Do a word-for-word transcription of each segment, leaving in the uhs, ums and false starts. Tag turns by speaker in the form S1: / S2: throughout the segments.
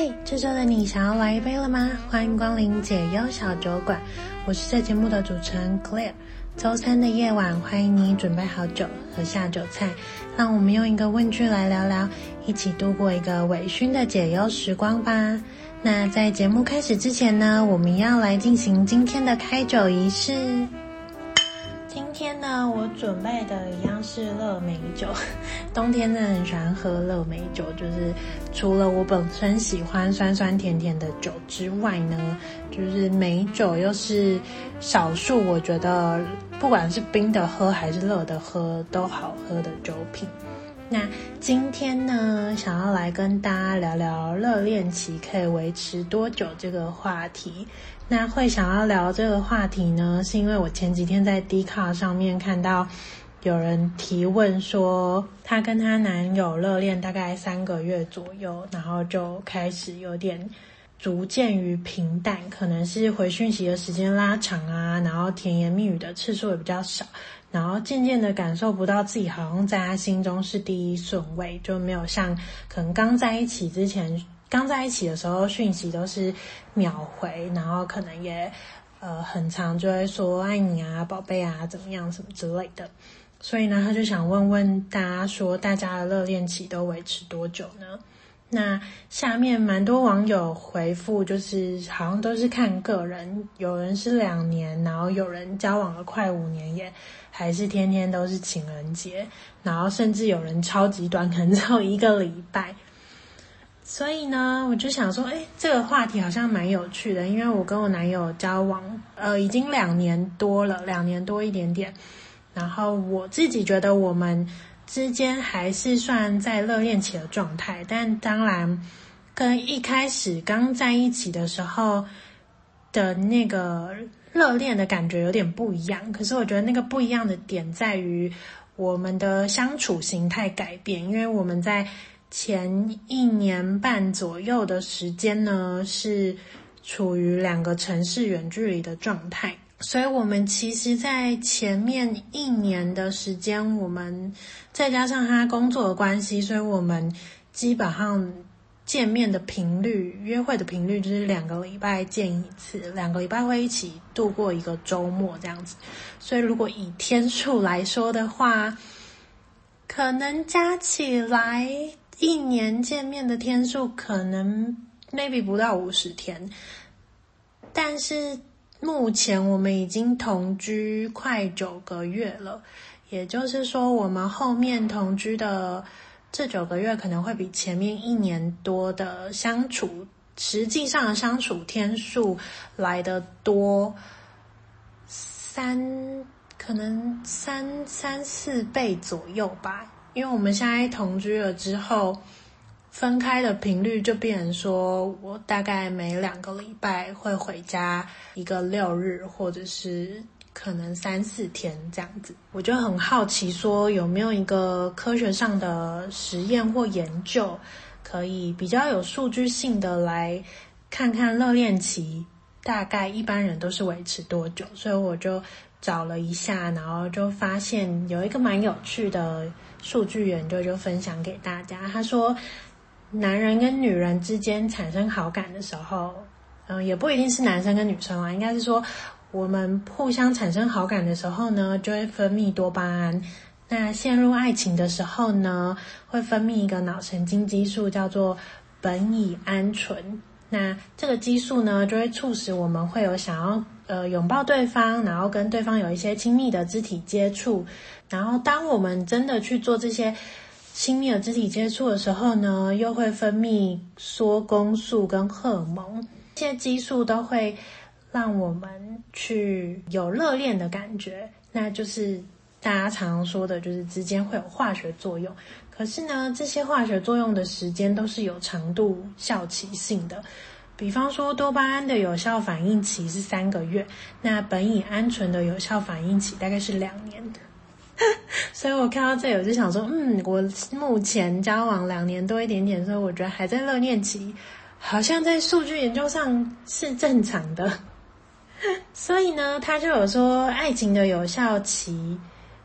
S1: 嘿，这周的你想要来一杯了吗？欢迎光临解忧小酒馆，我是这节目的主持人 Claire。周三的夜晚，欢迎你准备好酒和下酒菜，让我们用一个问句来聊聊，一起度过一个微醺的解忧时光吧。那在节目开始之前呢，我们要来进行今天的开酒仪式。今天呢，我准备的一样是乐美酒。冬天真的很喜欢喝乐美酒，就是除了我本身喜欢酸酸甜甜的酒之外呢，就是美酒又是少数我觉得不管是冰的喝还是热的喝都好喝的酒品。那今天呢，想要来跟大家聊聊热恋期可以维持多久这个话题。那会想要聊这个话题呢，是因为我前几天在 Dcard 上面看到有人提问说，她跟她男友热恋大概三个月左右，然后就开始有点逐渐于平淡，可能是回讯息的时间拉长啊，然后甜言蜜语的次数也比较少，然后渐渐的感受不到自己好像在他心中是第一顺位，就没有像可能刚在一起之前刚在一起的时候讯息都是秒回，然后可能也呃很常就会说爱你啊宝贝啊怎么样什么之类的。所以呢，他就想问问大家说，大家的热恋期都维持多久呢？那下面蛮多网友回复，就是好像都是看个人，有人是两年，然后有人交往了快五年，也还是天天都是情人节，然后甚至有人超级短，可能只有一个礼拜。所以呢，我就想说，诶，这个话题好像蛮有趣的，因为我跟我男友交往，呃，已经两年多了，两年多一点点。然后我自己觉得我们之间还是算在热恋期的状态，但当然跟一开始刚在一起的时候的那个热恋的感觉有点不一样。可是我觉得那个不一样的点在于我们的相处形态改变，因为我们在前一年半左右的时间呢，是处于两个城市远距离的状态。所以我们其实在前面一年的时间，我们再加上他工作的关系，所以我们基本上见面的频率，约会的频率就是两个礼拜见一次，两个礼拜会一起度过一个周末这样子。所以如果以天数来说的话，可能加起来一年见面的天数可能 maybe 不到五十天，但是目前我们已经同居快九个月了，也就是说我们后面同居的这九个月可能会比前面一年多的相处，实际上的相处天数来得多三，可能三三四倍左右吧。因为我们现在同居了之后，分开的频率就变成说，我大概每两个礼拜会回家一个六日，或者是可能三四天这样子。我就很好奇说，有没有一个科学上的实验或研究，可以比较有数据性的来看看热恋期大概一般人都是维持多久。所以我就找了一下，然后就发现有一个蛮有趣的数据研究，就分享给大家。他说男人跟女人之间产生好感的时候，嗯，也不一定是男生跟女生啦，应该是说我们互相产生好感的时候呢，就会分泌多巴胺。那陷入爱情的时候呢，会分泌一个脑神经激素叫做苯乙胺醇。那这个激素呢，就会促使我们会有想要呃拥抱对方，然后跟对方有一些亲密的肢体接触。然后当我们真的去做这些亲密的肢体接触的时候呢，又会分泌缩宫素跟荷尔蒙，这些激素都会让我们去有热恋的感觉，那就是大家常常说的，就是之间会有化学作用。可是呢，这些化学作用的时间都是有长度效期性的。比方说多巴胺的有效反应期是三个月，那苯乙胺醇的有效反应期大概是两年。所以我看到这里我就想说，嗯，我目前交往两年多一点点，所以我觉得还在热恋期，好像在数据研究上是正常的。所以呢，他就有说爱情的有效期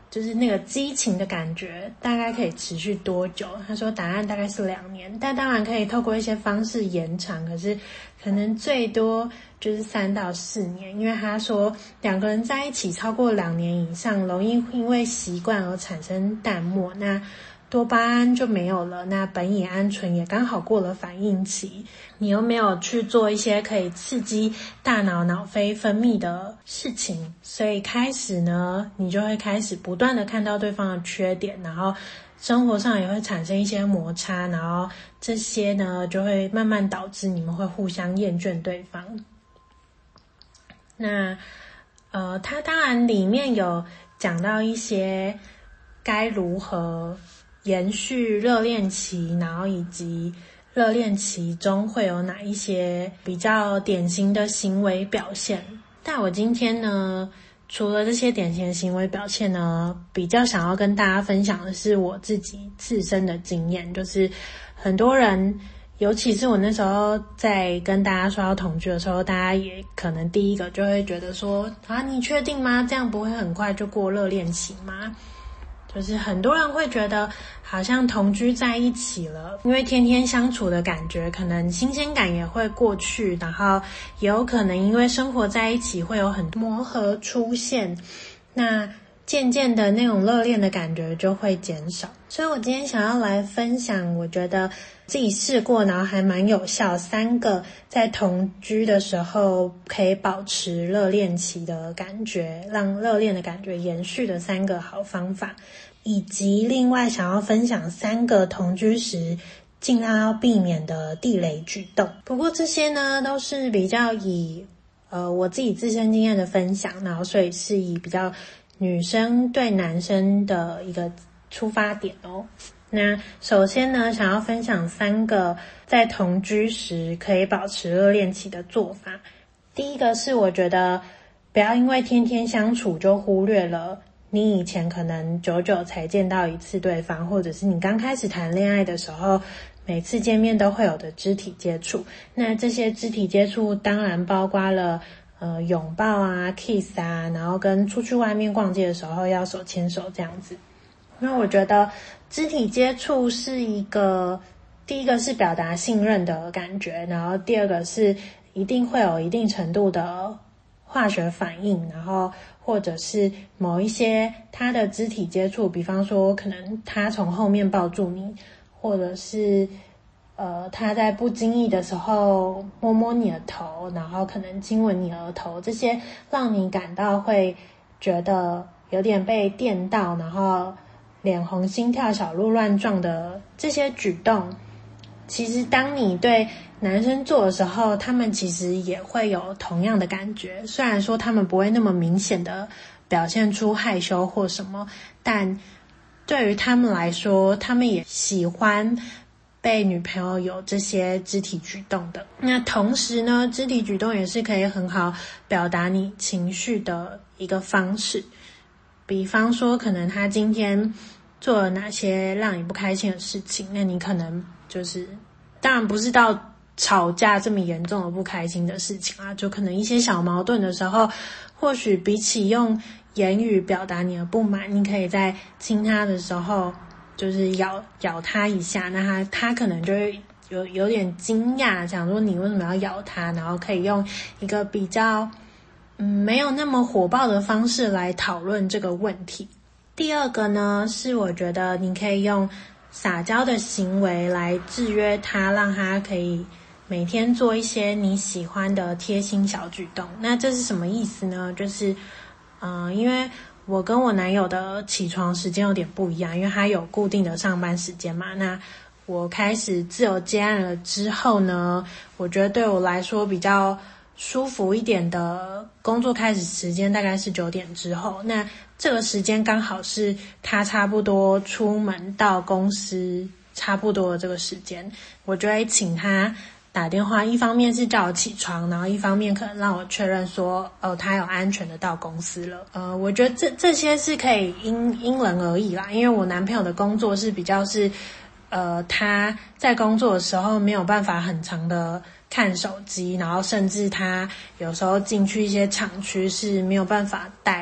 S1: 就是那个激情的感觉大概可以持续多久？他说答案大概是两年，但当然可以透过一些方式延长，可是可能最多就是三到四年，因为他说两个人在一起超过两年以上，容易因为习惯而产生淡漠，那多巴胺就没有了，那苯乙胺醇也刚好过了反应期，你又没有去做一些可以刺激大脑脑啡分泌的事情，所以开始呢，你就会开始不断的看到对方的缺点，然后生活上也会产生一些摩擦，然后这些呢就会慢慢导致你们会互相厌倦对方。那呃，它当然里面有讲到一些该如何延续热恋期，然后以及热恋期中会有哪一些比较典型的行为表现。但我今天呢，除了这些典型的行为表现呢，比较想要跟大家分享的是我自己自身的经验，就是很多人，尤其是我那时候在跟大家说要同居的时候，大家也可能第一个就会觉得说啊，你确定吗？这样不会很快就过热恋期吗？就是很多人会觉得好像同居在一起了，因为天天相处的感觉，可能新鲜感也会过去，然后也有可能因为生活在一起会有很多磨合出现，那渐渐的那种热恋的感觉就会减少。所以我今天想要来分享，我觉得自己试过然后还蛮有效，三个在同居的时候可以保持热恋期的感觉，让热恋的感觉延续的三个好方法，以及另外想要分享三个同居时尽量要避免的地雷举动。不过这些呢都是比较以呃我自己自身经验的分享，然后所以是以比较女生对男生的一个出发点哦。那首先呢，想要分享三个在同居时可以保持热恋期的做法。第一个是我觉得不要因为天天相处就忽略了你以前可能久久才见到一次对方，或者是你刚开始谈恋爱的时候每次见面都会有的肢体接触。那这些肢体接触当然包括了呃拥抱啊 kiss 啊，然后跟出去外面逛街的时候要手牵手这样子。因为我觉得肢体接触是一个，第一个是表达信任的感觉，然后第二个是一定会有一定程度的化学反应，然后或者是某一些他的肢体接触，比方说可能他从后面抱住你，或者是呃他在不经意的时候摸摸你的头，然后可能亲吻你额头，这些让你感到会觉得有点被电到，然后脸红心跳小鹿乱撞的这些举动，其实当你对男生做的时候，他们其实也会有同样的感觉，虽然说他们不会那么明显的表现出害羞或什么，但对于他们来说，他们也喜欢被女朋友有这些肢体举动的。那同时呢，肢体举动也是可以很好表达你情绪的一个方式。比方说可能他今天做了哪些让你不开心的事情，那你可能就是当然不是到吵架这么严重的不开心的事情啊，就可能一些小矛盾的时候，或许比起用言语表达你的不满，你可以在亲他的时候就是咬咬他一下，那他他可能就会有有点惊讶，想说你为什么要咬他，然后可以用一个比较嗯，没有那么火爆的方式来讨论这个问题。第二个呢，是我觉得你可以用撒娇的行为来制约他，让他可以每天做一些你喜欢的贴心小举动。那这是什么意思呢？就是嗯、呃，因为我跟我男友的起床时间有点不一样，因为他有固定的上班时间嘛。那我开始自由接案了之后呢，我觉得对我来说比较舒服一点的工作开始时间大概是九点之后，那这个时间刚好是他差不多出门到公司差不多的这个时间，我就会请他打电话，一方面是叫我起床，然后一方面可能让我确认说哦他有安全的到公司了。呃，我觉得这这些是可以因因人而异啦，因为我男朋友的工作是比较是呃他在工作的时候没有办法很长的看手机，然后甚至他有时候进去一些厂区是没有办法带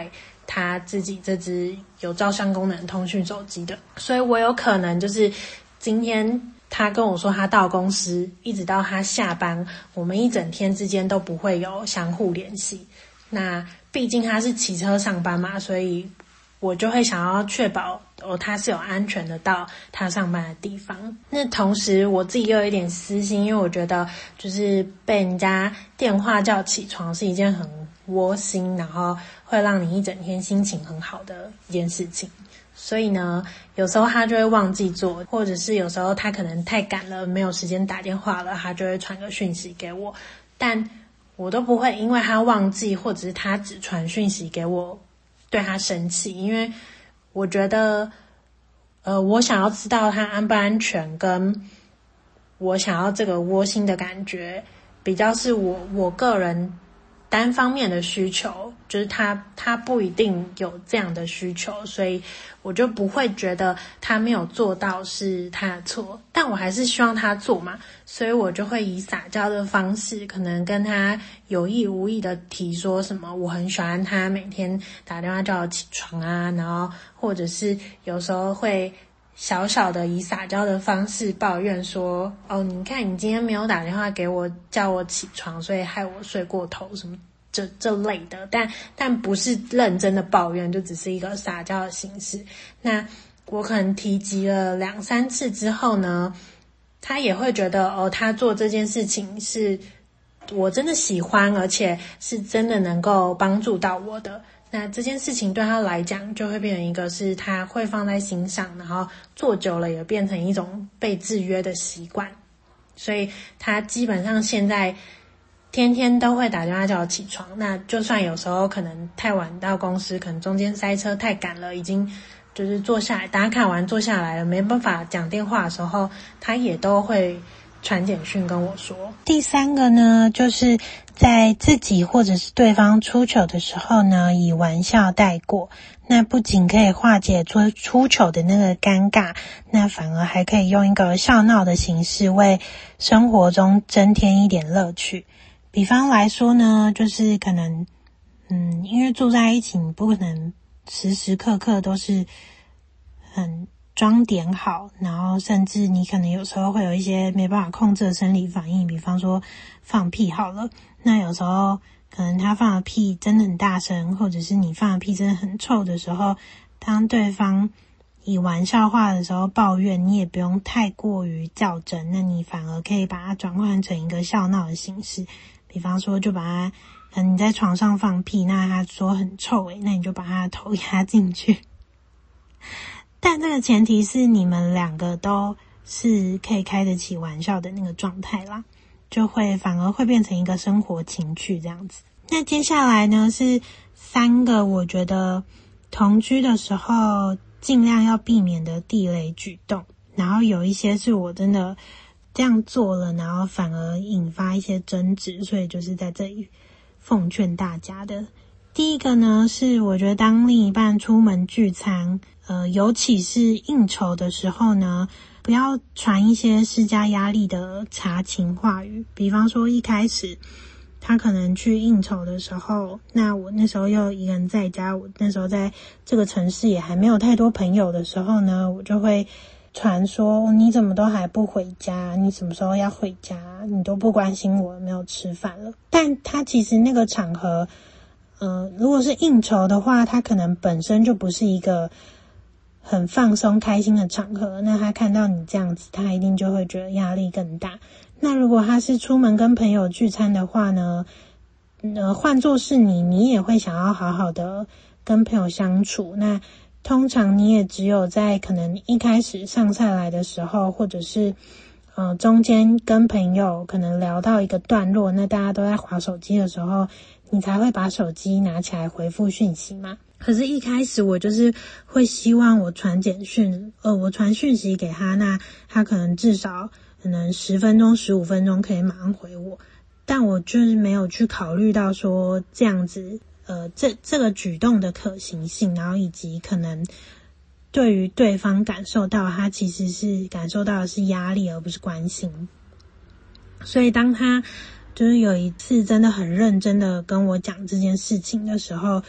S1: 他自己这只有照相功能的通讯手机的，所以我有可能就是今天他跟我说他到公司，一直到他下班，我们一整天之间都不会有相互联系。那毕竟他是骑车上班嘛，所以我就会想要确保哦他是有安全的到他上班的地方。那同时我自己又有一点私心，因为我觉得就是被人家电话叫起床是一件很窝心，然后会让你一整天心情很好的一件事情。所以呢，有时候他就会忘记做，或者是有时候他可能太赶了，没有时间打电话了，他就会传个讯息给我。但我都不会因为他忘记，或者是他只传讯息给我，对他生气，因为我觉得，呃，我想要知道他安不安全，跟我想要这个窝心的感觉，比较是我我个人单方面的需求，就是他他不一定有这样的需求，所以我就不会觉得他没有做到是他的错，但我还是希望他做嘛，所以我就会以撒娇的方式，可能跟他有意无意的提说什么我很喜欢他每天打电话叫我起床啊，然后或者是有时候会小小的以撒娇的方式抱怨说，哦，你看你今天没有打电话给我叫我起床，所以害我睡过头什么这这类的，但但不是认真的抱怨，就只是一个撒娇的形式。那我可能提及了两三次之后呢，他也会觉得哦，他做这件事情是我真的喜欢，而且是真的能够帮助到我的。那这件事情对他来讲就会变成一个是他会放在心上，然后做久了也变成一种被制约的习惯，所以他基本上现在天天都会打电话叫我起床。那就算有时候可能太晚到公司，可能中间塞车太赶了，已经就是坐下来打卡完坐下来了，没办法讲电话的时候，他也都会传简讯跟我说。第三个呢，就是在自己或者是对方出糗的时候呢，以玩笑带过。那不仅可以化解出出糗的那个尴尬，那反而还可以用一个笑闹的形式为生活中增添一点乐趣。比方来说呢，就是可能嗯，因为住在一起，你不可能时时刻刻都是很装点好，然后甚至你可能有时候会有一些没办法控制的生理反应，比方说放屁好了，那有时候可能他放的屁真的很大声，或者是你放的屁真的很臭的时候，当对方以玩笑话的时候抱怨，你也不用太过于较真，那你反而可以把它转换成一个笑闹的形式。比方说就把它可能你在床上放屁，那他说很臭诶，那你就把他的头压进去。但这个前提是你们两个都是可以开得起玩笑的那个状态啦，就会反而会变成一个生活情趣这样子。那接下来呢是三个我觉得同居的时候尽量要避免的地雷举动，然后有一些是我真的这样做了，然后反而引发一些争执，所以就是在这里奉劝大家的。第一个呢是我觉得当另一半出门聚餐，呃，尤其是应酬的时候呢，不要传一些施加压力的茶情话语。比方说一开始他可能去应酬的时候，那我那时候又一个人在家，我那时候在这个城市也还没有太多朋友的时候呢，我就会传说你怎么都还不回家，你什么时候要回家，你都不关心我有没有吃饭了。但他其实那个场合呃，如果是应酬的话，他可能本身就不是一个很放松开心的场合，那他看到你这样子，他一定就会觉得压力更大。那如果他是出门跟朋友聚餐的话呢，呃，换作是你，你也会想要好好的跟朋友相处，那通常你也只有在可能一开始上菜来的时候，或者是呃中间跟朋友可能聊到一个段落，那大家都在滑手机的时候，你才会把手机拿起来回复讯息嘛。可是一开始我就是会希望我传简讯，呃，我传讯息给他，那他可能至少可能十分钟、十五分钟可以马上回我，但我就是没有去考虑到说这样子，呃，这这个举动的可行性，然后以及可能对于对方感受到他其实是感受到的是压力，而不是关心。所以当他就是有一次真的很认真的跟我讲这件事情的时候，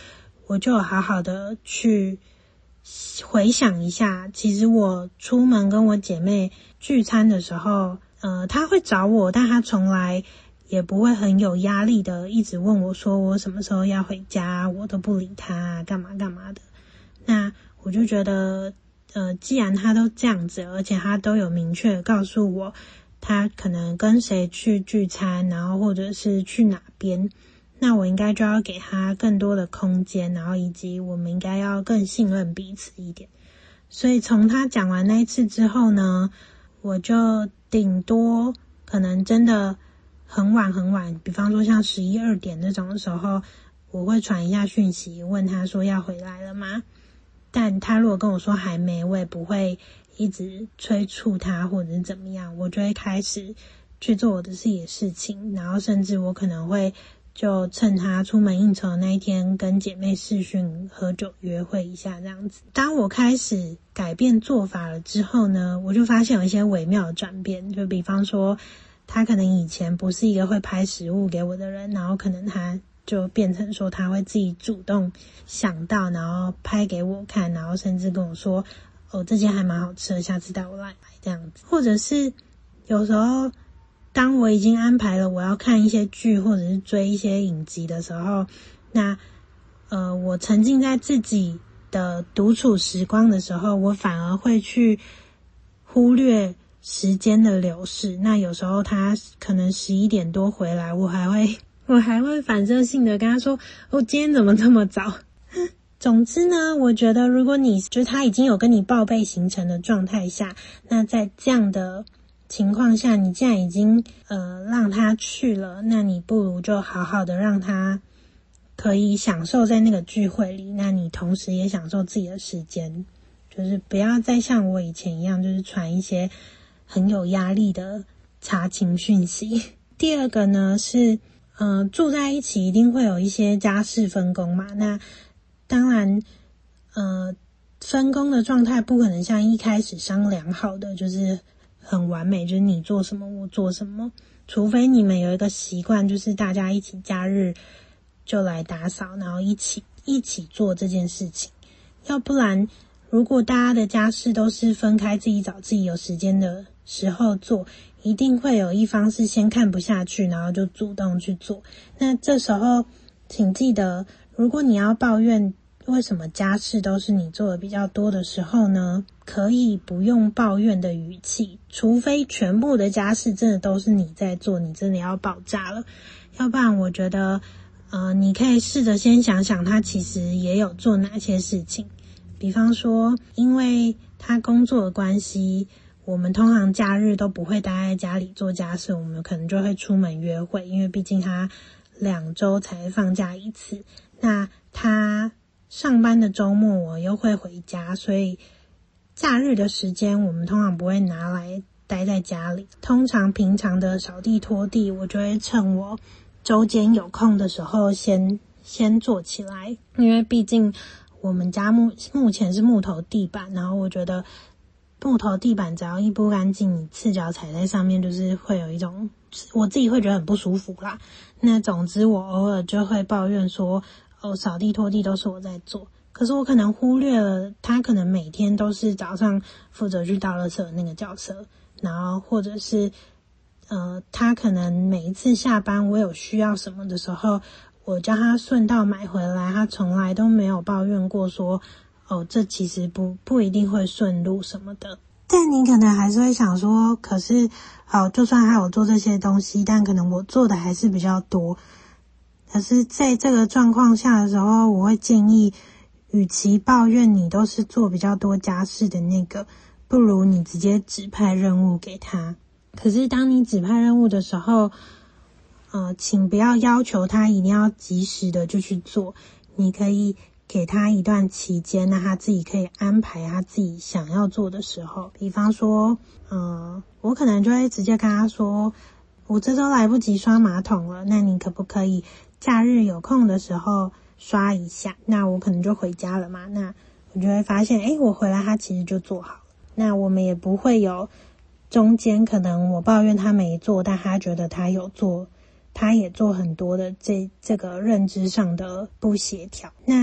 S1: 我就好好的去回想一下，其实我出门跟我姐妹聚餐的时候，呃，她会找我，但她从来也不会很有压力的一直问我说我什么时候要回家，我都不理她，干嘛干嘛的。那我就觉得呃，既然她都这样子，而且她都有明确的告诉我她可能跟谁去聚餐，然后或者是去哪边，那我应该就要给她更多的空间，然后以及我们应该要更信任彼此一点。所以从她讲完那一次之后呢，我就顶多可能真的很晚很晚，比方说像十一二点那种的时候，我会传一下讯息问她说要回来了吗？但她如果跟我说还没，我也不会一直催促她或者是怎么样，我就会开始去做我的自己的事情，然后甚至我可能会就趁她出门应酬的那一天跟姐妹视讯喝酒约会一下这样子。当我开始改变做法了之后呢，我就发现有一些微妙的转变，就比方说她可能以前不是一个会拍食物给我的人，然后可能她就变成说她会自己主动想到，然后拍给我看，然后甚至跟我说哦，这间还蛮好吃的，下次带我来这样子。或者是有时候当我已经安排了我要看一些剧或者是追一些影集的时候，那呃，我沉浸在自己的独处时光的时候，我反而会去忽略时间的流逝。那有时候他可能十一点多回来，我还会我还会反射性的跟他说哦，今天怎么这么早。总之呢，我觉得如果你就是他已经有跟你报备行程的状态下，那在这样的情况下，你既然已经呃让他去了，那你不如就好好的让他可以享受在那个聚会里，那你同时也享受自己的时间，就是不要再像我以前一样，就是传一些很有压力的查勤讯息。第二个呢是呃住在一起一定会有一些家事分工嘛，那当然呃分工的状态不可能像一开始商量好的就是很完美，就是你做什么我做什么，除非你们有一个习惯，就是大家一起假日就来打扫，然后一起一起做这件事情。要不然如果大家的家事都是分开自己找自己有时间的时候做，一定会有一方是先看不下去，然后就主动去做。那这时候请记得，如果你要抱怨为什么家事都是你做的比较多的时候呢，可以不用抱怨的语气，除非全部的家事真的都是你在做，你真的要爆炸了。要不然我觉得呃，你可以试着先想想他其实也有做哪些事情。比方说因为他工作的关系，我们通常假日都不会待在家里做家事，我们可能就会出门约会，因为毕竟他两周才放假一次，那他上班的周末我又会回家，所以假日的时间我们通常不会拿来待在家里。通常平常的扫地拖地，我就会趁我周间有空的时候先先做起来，因为毕竟我们家目目前是木头地板，然后我觉得木头地板只要一不干净，你赤脚踩在上面就是会有一种我自己会觉得很不舒服啦。那总之我偶尔就会抱怨说哦，扫地拖地都是我在做，可是我可能忽略了他可能每天都是早上负责去倒垃圾的那个角色，然后或者是呃，他可能每一次下班我有需要什么的时候，我叫他顺道买回来，他从来都没有抱怨过说哦，这其实不不一定会顺路什么的。但你可能还是会想说，可是好，就算他有做这些东西，但可能我做的还是比较多。可是在这个状况下的时候，我会建议与其抱怨你都是做比较多家事的那个，不如你直接指派任务给他。可是当你指派任务的时候，呃，请不要要求他一定要及时的就去做，你可以给他一段期间，那他自己可以安排他自己想要做的时候。比方说呃，我可能就会直接跟他说，我这周来不及刷马桶了，那你可不可以假日有空的时候刷一下？那我可能就回家了嘛，那我就会发现诶，我回来他其实就做好了。那我们也不会有中间可能我抱怨他没做，但他觉得他有做，他也做很多的这这个认知上的不协调。那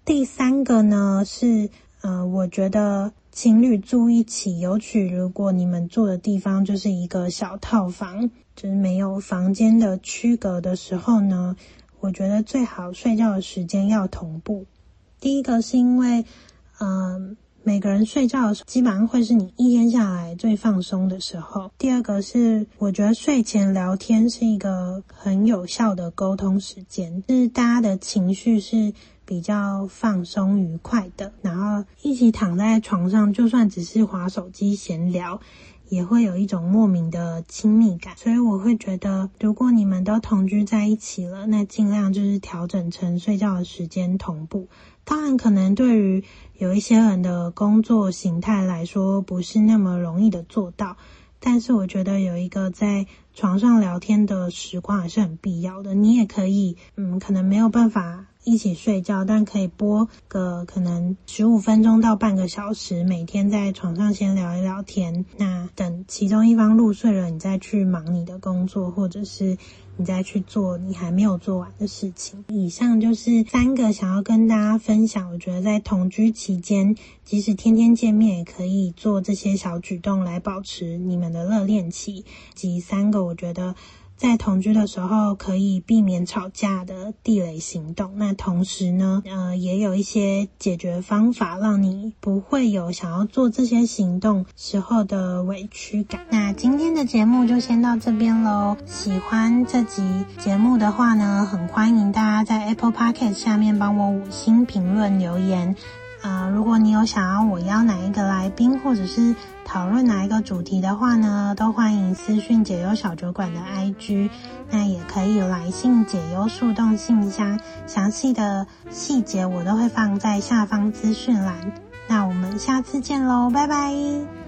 S1: 第三个呢是呃，我觉得情侣住一起，尤其如果你们住的地方就是一个小套房，就是没有房间的区隔的时候呢，我觉得最好睡觉的时间要同步。第一个是因为嗯。每个人睡觉的时候基本上会是你一天下来最放松的时候。第二个是我觉得睡前聊天是一个很有效的沟通时间，就是大家的情绪是比较放松愉快的，然后一起躺在床上，就算只是滑手机闲聊，也会有一种莫名的亲密感。所以我会觉得如果你们都同居在一起了，那尽量就是调整成睡觉的时间同步。当然可能对于有一些人的工作形态来说不是那么容易的做到，但是我觉得有一个在床上聊天的时光还是很必要的。你也可以嗯，可能没有办法一起睡觉，但可以播个可能十五分钟到半个小时，每天在床上先聊一聊天，那等其中一方入睡了，你再去忙你的工作，或者是你再去做你还没有做完的事情。以上就是三个想要跟大家分享，我觉得在同居期间即使天天见面也可以做这些小举动来保持你们的热恋期，及三个我觉得在同居的时候可以避免吵架的地雷行动。那同时呢呃，也有一些解决方法让你不会有想要做这些行动时候的委屈感。那今天的节目就先到这边咯。喜欢这集节目的话呢，很欢迎大家在 Apple Podcast 下面帮我五星评论留言。呃，如果你有想要我邀哪一个来宾，或者是讨论哪一个主题的话呢，都欢迎私讯解忧小酒馆的 I G， 那也可以来信解忧树洞信箱，详细的细节我都会放在下方资讯栏。那我们下次见咯，拜拜。